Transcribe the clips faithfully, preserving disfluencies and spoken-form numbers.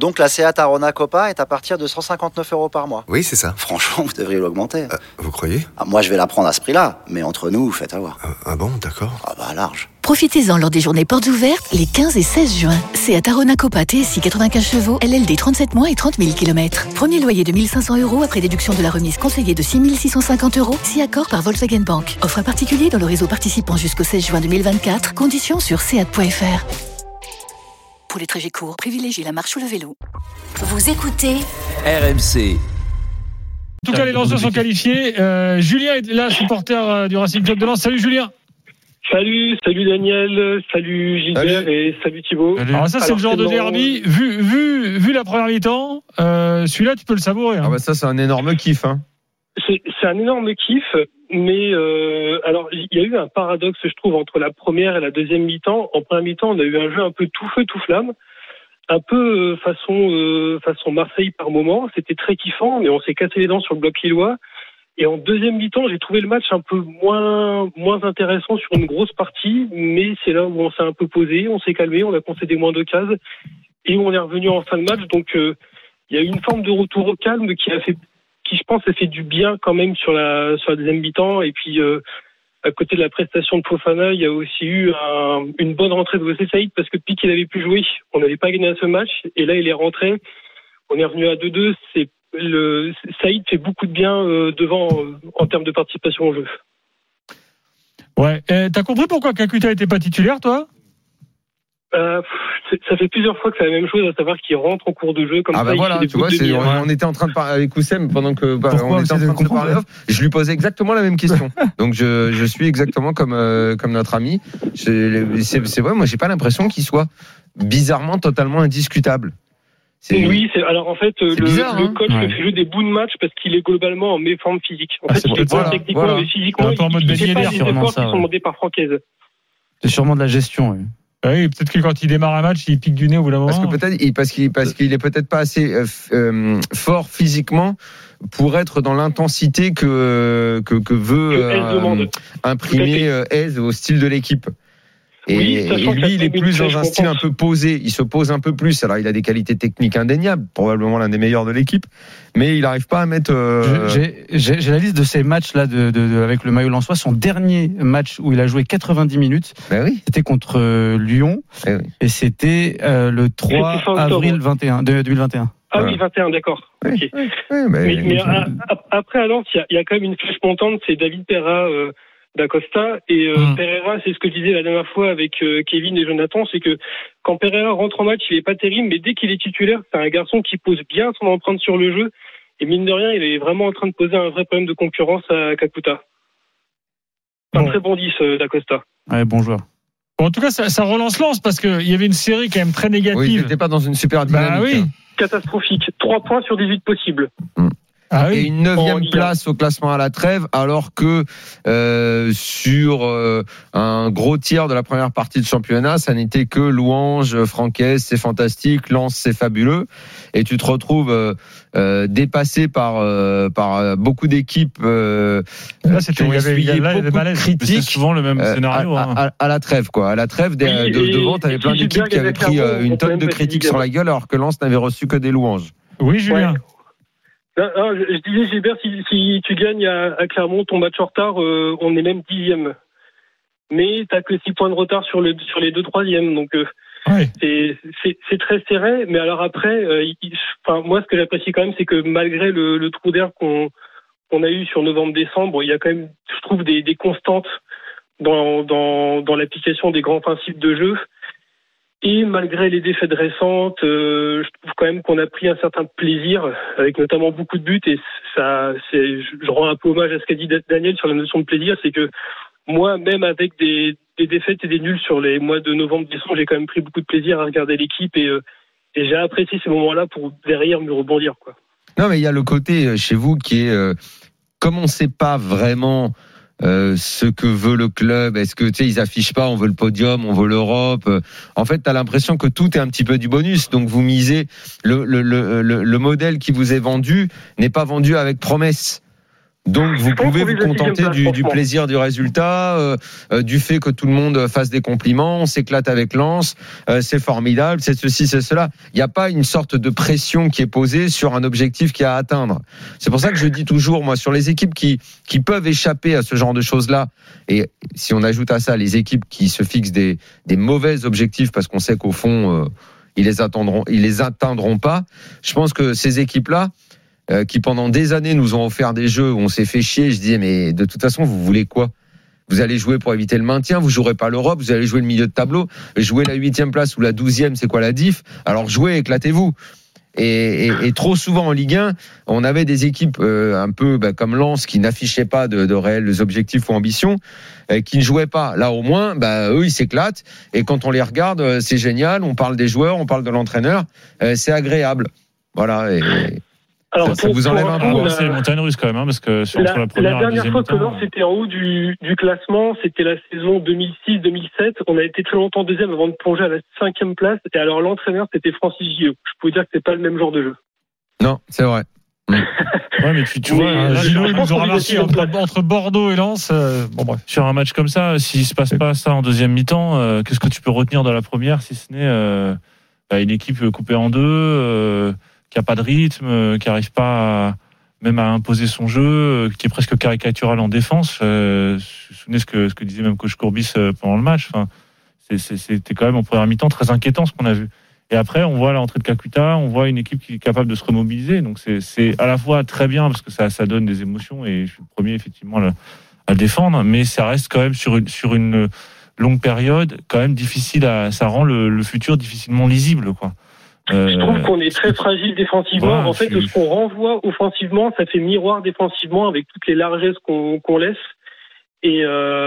Donc la Seat Arona Copa est à partir de cent cinquante-neuf euros par mois. Oui, c'est ça. Franchement, vous devriez l'augmenter. Euh, vous croyez ? Ah, moi, je vais la prendre à ce prix-là, mais entre nous, faites avoir. Ah, ah bon, d'accord. Ah bah large. Profitez-en lors des journées portes ouvertes les quinze et seize juin. Seat Arona Copa T S I quatre-vingt-quinze chevaux, L L D trente-sept mois et trente mille kilomètres. Premier loyer de mille cinq cents euros après déduction de la remise conseillée de six mille six cent cinquante euros, si accord par Volkswagen Bank. Offre à particulier dans le réseau participant jusqu'au seize juin deux mille vingt-quatre. Conditions sur seat point f r. Pour les trajets courts, privilégiez la marche ou le vélo. Vous écoutez R M C. En tout cas, les lanceurs sont qualifiés. Euh, Julien est là, supporter du Racing Club de Lens. Salut Julien. Salut, salut Daniel, salut Gilbert salut. Et salut Thibaut. Salut. Alors ça, c'est Alors, le genre c'est de derby. Vu, vu, vu la première mi-temps, euh, celui-là, tu peux le savourer. Hein. Ah bah ça, c'est un énorme kiff. Hein. C'est, c'est un énorme kiff, mais euh, alors il y a eu un paradoxe, je trouve, entre la première et la deuxième mi-temps. En première mi-temps, on a eu un jeu un peu tout feu, tout flamme, un peu euh, façon euh, façon Marseille par moment. C'était très kiffant, mais on s'est cassé les dents sur le bloc lillois. Et en deuxième mi-temps, j'ai trouvé le match un peu moins moins intéressant sur une grosse partie, mais c'est là où on s'est un peu posé, on s'est calmé, on a concédé moins de cases et on est revenu en fin de match. Donc euh, il y a eu une forme de retour au calme qui a fait qui je pense a fait du bien quand même sur la sur la deuxième mi-temps. Et puis euh, à côté de la prestation de Fofana, il y a aussi eu un, une bonne rentrée de Wesley Saïd, parce que depuis qu'il avait pu jouer, on n'avait pas gagné à ce match, et là il est rentré, on est revenu à deux deux. C'est le Saïd fait beaucoup de bien euh, devant euh, en termes de participation au jeu. Ouais, et t'as compris pourquoi Kakuta était pas titulaire, toi? Euh, ça fait plusieurs fois que c'est la même chose, à savoir qu'il rentre en cours de jeu comme ah ça. Ah bah voilà, tu vois, c'est, on, on était en train de parler avec Oussem pendant que bah, on était en train de, de parler off. Je lui posais exactement la même question. Donc je, je suis exactement comme euh, comme notre ami. Je, c'est, c'est vrai, moi j'ai pas l'impression qu'il soit bizarrement totalement indiscutable. C'est... Oui, c'est, alors en fait, c'est le, bizarre, le hein coach ouais. fait jouer des bouts de match parce qu'il est globalement en méforme physique. En ah, fait, il est bon voilà, techniquement, voilà. mais physiquement, il, il ne fait pas les efforts ça, qui sont ouais. demandés par Francaise. C'est sûrement de la gestion, oui. Oui, peut-être que quand il démarre un match, il pique du nez au bout d'un moment. Parce que peut-être, parce qu'il, parce qu'il est peut-être pas assez euh, fort physiquement pour être dans l'intensité que que, que veut euh, imprimer Hez au style de l'équipe. Et, oui, et lui, il est plus dans un style un peu posé. Il se pose un peu plus. Alors, il a des qualités techniques indéniables, probablement l'un des meilleurs de l'équipe, mais il n'arrive pas à mettre. Euh... J'ai, j'ai, j'ai la liste de ces matchs-là de, de, de, avec le maillot lensois. Son dernier match où il a joué quatre-vingt-dix minutes, ben oui. c'était contre euh, Lyon, ben oui. et c'était euh, le trois avril vingt et un, de deux mille vingt et un. Ah voilà. Oui, vingt et un, d'accord. Oui, okay. oui, oui, mais, mais, mais à, à, après, alors, il y, y a quand même une flèche montante, c'est David Perra. Euh, d'Acosta et euh, mmh. Pereira, c'est ce que je disais la dernière fois avec euh, Kevin et Jonathan, c'est que quand Pereira rentre en match, il est pas terrible, mais dès qu'il est titulaire, c'est un garçon qui pose bien son empreinte sur le jeu, et mine de rien, il est vraiment en train de poser un vrai problème de concurrence à Kakuta. C'est bon. Un très bon dix euh, d'Acosta. Ouais, bon joueur. Bon, en tout cas, ça, ça relance Lens, parce qu'il y avait une série quand même très négative. Oui, il n'était pas dans une super dynamique. Bah oui. Hein. Catastrophique. trois points sur dix-huit possibles. Mmh. Ah oui. Et une neuvième place au classement à la trêve, alors que euh, sur euh, un gros tiers de la première partie de championnat, ça n'était que louange, Francaise, c'est fantastique, Lens, c'est fabuleux, et tu te retrouves euh, euh, dépassé par euh, par beaucoup d'équipes euh, là, qui ont essuyé beaucoup de critiques. C'est souvent le même scénario. À, à, à la trêve, quoi. À la trève, des, oui, de, et, devant, t'avais plein d'équipes qui avaient pris euh, une tonne de critiques sur la gueule, alors que Lens n'avait reçu que des louanges. Oui, Julien. Ouais. Non, non, je, je disais, Gilbert, si, si tu gagnes à, à Clermont ton match en retard, euh, on est même dixième. Mais t'as que six points de retard sur, le, sur les deux troisièmes. Donc, euh, ouais. c'est, c'est, c'est très serré. Mais alors après, euh, il, enfin, moi, ce que j'apprécie quand même, c'est que malgré le, le trou d'air qu'on, qu'on a eu sur novembre-décembre, il y a quand même, je trouve, des, des constantes dans, dans, dans l'application des grands principes de jeu. Et malgré les défaites récentes, euh, je trouve quand même qu'on a pris un certain plaisir, avec notamment beaucoup de buts. Et ça, c'est, je rends un peu hommage à ce qu'a dit Daniel sur la notion de plaisir, c'est que moi, même avec des, des défaites et des nuls sur les mois de novembre-décembre, j'ai quand même pris beaucoup de plaisir à regarder l'équipe et, euh, et j'ai apprécié ces moments-là pour derrière me rebondir, quoi. Non, mais il y a le côté chez vous qui est, euh, comme on ne sait pas vraiment. Euh, ce que veut le club, est-ce que tu sais ils affichent pas on veut le podium, on veut l'Europe, en fait tu as l'impression que tout est un petit peu du bonus, donc vous misez le, le, le, le, le modèle qui vous est vendu n'est pas vendu avec promesse, Donc vous pouvez vous contenter du, du plaisir du résultat, euh, euh, du fait que tout le monde fasse des compliments, on s'éclate avec Lens, euh, c'est formidable, c'est ceci, c'est cela. Il n'y a pas une sorte de pression qui est posée sur un objectif qui est à atteindre. C'est pour ça que je dis toujours, moi, sur les équipes qui, qui peuvent échapper à ce genre de choses-là, et si on ajoute à ça les équipes qui se fixent des, des mauvais objectifs parce qu'on sait qu'au fond, euh, ils les attendront, ils les atteindront pas, je pense que ces équipes-là, Euh, qui pendant des années nous ont offert des jeux où on s'est fait chier, je disais mais de toute façon vous voulez quoi ? Vous allez jouer pour éviter le maintien, vous jouerez pas l'Europe, vous allez jouer le milieu de tableau, jouer la huitième place ou la douzième, c'est quoi la diff ? Alors jouez, éclatez-vous. Et, et, et trop souvent en Ligue un, on avait des équipes euh, un peu bah, comme Lens qui n'affichaient pas de, de réels objectifs ou ambitions, euh, qui ne jouaient pas. Là au moins, bah, eux ils s'éclatent. Et quand on les regarde, euh, c'est génial. On parle des joueurs, on parle de l'entraîneur, euh, c'est agréable. Voilà. Et, Alors, ça, ça vous enlève un peu. Ah, c'est les montagnes russes quand même, hein, parce que sur la, la première la dernière et fois que mi-temps, Lens était en haut du, du classement, c'était la saison deux mille six deux mille sept. On a été très longtemps deuxième avant de plonger à la cinquième place. Et alors l'entraîneur, c'était Francis Gillot. Je peux vous dire que c'est pas le même genre de jeu. Non, c'est vrai. Ouais, mais tu, tu Mais, vois, euh, Gillot, il nous qu'on aura est remercié aussi entre, entre Bordeaux et Lens. Euh, bon, bref. Sur un match comme ça, s'il se passe pas ça en deuxième mi-temps, euh, qu'est-ce que tu peux retenir de la première, si ce n'est euh, une équipe coupée en deux, euh, qui a pas de rythme, euh, qui arrive pas à, même à imposer son jeu, euh, qui est presque caricatural en défense. Euh, vous vous souvenez ce que, ce que disait même coach Courbis euh, pendant le match. Enfin, c'est, c'est, c'était quand même en première mi-temps très inquiétant ce qu'on a vu. Et après, on voit l'entrée de Kakuta, on voit une équipe qui est capable de se remobiliser. Donc c'est, c'est à la fois très bien parce que ça, ça donne des émotions et je suis le premier effectivement à le, à le défendre, mais ça reste quand même sur une, sur une longue période quand même difficile à, ça rend le, le futur difficilement lisible, quoi. Euh, je trouve qu'on est très fragile défensivement. Ouais, en fait, je... ce qu'on renvoie offensivement, ça fait miroir défensivement avec toutes les largesses qu'on, qu'on laisse. Et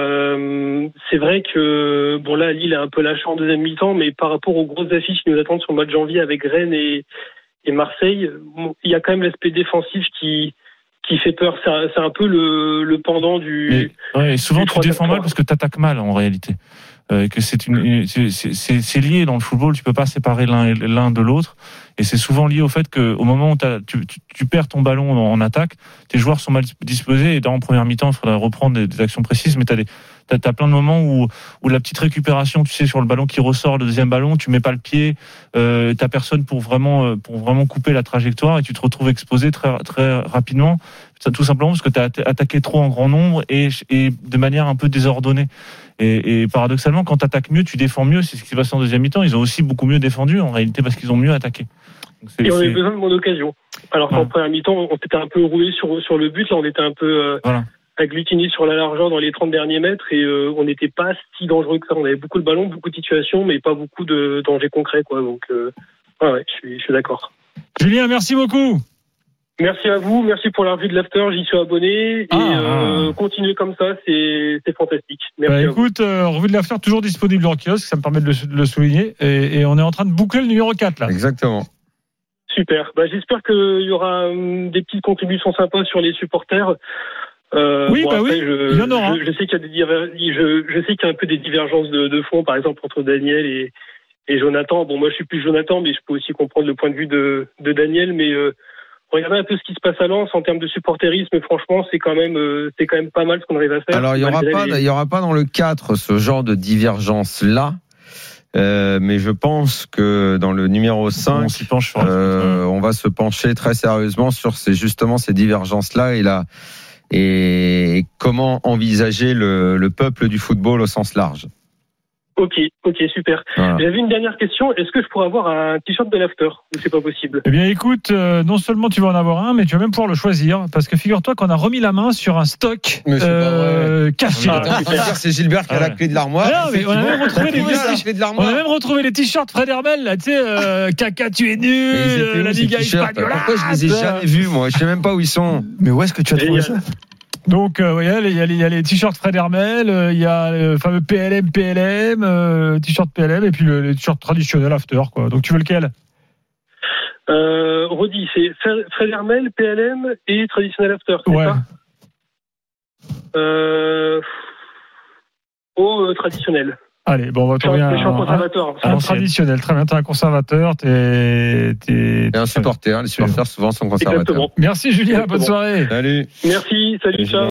euh, c'est vrai que bon là, Lille a un peu lâché en deuxième mi-temps, mais par rapport aux grosses affiches qui nous attendent sur le mois de janvier avec Rennes et, et Marseille, bon, il y a quand même l'aspect défensif qui qui fait peur. C'est un, c'est un peu le, le pendant du. Mais, ouais, et souvent du tu défends mal parce que tu attaques mal en réalité. Euh, que c'est une, c'est, c'est, c'est lié dans le football. Tu peux pas séparer l'un, l'un de l'autre, et c'est souvent lié au fait que au moment où tu, tu, tu perds ton ballon en, en attaque, tes joueurs sont mal disposés. Et dans en première mi-temps, il faudra reprendre des, des actions précises, mais t'as des T'as, t'as plein de moments où, où la petite récupération, tu sais, sur le ballon qui ressort, le deuxième ballon, tu mets pas le pied, euh, t'as personne pour vraiment, pour vraiment couper la trajectoire et tu te retrouves exposé très, très rapidement. Ça, tout simplement parce que t'as attaqué trop en grand nombre et, et de manière un peu désordonnée. Et, et paradoxalement, quand t'attaques mieux, tu défends mieux. C'est ce qui s'est passé en deuxième mi-temps. Ils ont aussi beaucoup mieux défendu en réalité parce qu'ils ont mieux attaqué. Donc c'est, et on avait besoin de mon occasion. Alors qu'en ouais. première mi-temps, on s'était un peu roulé sur, sur le but. Là, on était un peu, euh, voilà. agglutiné sur la largeur dans les trente derniers mètres et euh, on n'était pas si dangereux que ça. On avait beaucoup de ballons, beaucoup de situations, mais pas beaucoup de dangers concrets, quoi. Donc, euh, ouais, ouais, je suis, je suis d'accord. Julien, merci beaucoup. Merci à vous, merci pour la revue de l'after, j'y suis abonné et ah, euh, continuez comme ça, c'est, c'est fantastique. Merci. Bah, écoute, euh, revue de l'after toujours disponible en kiosque, ça me permet de le, de le souligner et, et on est en train de boucler le numéro quatre là. Exactement. Super. Bah, j'espère qu'il y aura hum, des petites contributions sympas sur les supporters. Euh, oui, bon, bah après, oui, je, il y en aura. Je, je sais qu'il y a des diver... je, je sais qu'il y a un peu des divergences de, de fond, par exemple entre Daniel et, et Jonathan. Bon, moi je suis plus Jonathan, mais je peux aussi comprendre le point de vue de, de Daniel. Mais euh, regardez un peu ce qui se passe à Lens en termes de supporterisme. Franchement, c'est quand même, euh, c'est quand même pas mal ce qu'on arrive à faire. Alors il y aura pas, les... il y aura pas dans le quatre ce genre de divergence là. Euh, mais je pense que dans le numéro cinq, on, s'y penche sur euh, on va se pencher très sérieusement sur ces, justement ces divergences là et là. Et comment envisager le, le peuple du football au sens large. Ok, ok, super. Voilà. J'avais une dernière question. Est-ce que je pourrais avoir un t-shirt de l'after ou c'est pas possible? Eh bien, écoute, euh, non seulement tu vas en avoir un, mais tu vas même pouvoir le choisir parce que figure-toi qu'on a remis la main sur un stock euh, caché. Ah, c'est Gilbert qui a la clé de l'armoire. Ah, mais on a même retrouvé les t-shirts. On a même retrouvé les t-shirts Fred Hermel, là, tu sais, euh, caca, tu es nul, la Liga espagnole. Pourquoi je les ai jamais vus, moi? Je sais même pas où ils sont. Mais où est-ce que tu as trouvé ça? Donc, euh, il y, y, y a les t-shirts Fred Hermel, il euh, y a le fameux P L M, P L M, euh, t-shirt P L M, et puis le, le t-shirt traditionnel After, quoi. Donc, tu veux lequel? Euh, redis, c'est Fred Hermel, P L M et traditionnel After, c'est ouais. ça? Euh... Oh, euh, traditionnel. Allez, bon, on va Je suis trouver un, un, je suis un un, conservateur. un l'ancienne. traditionnel. Très bien, t'es un conservateur, t'es, t'es, Et un supporter, les supporters souvent sont conservateurs. Exactement. Merci Julien, bonne Exactement. soirée. Salut. Merci, salut, ciao.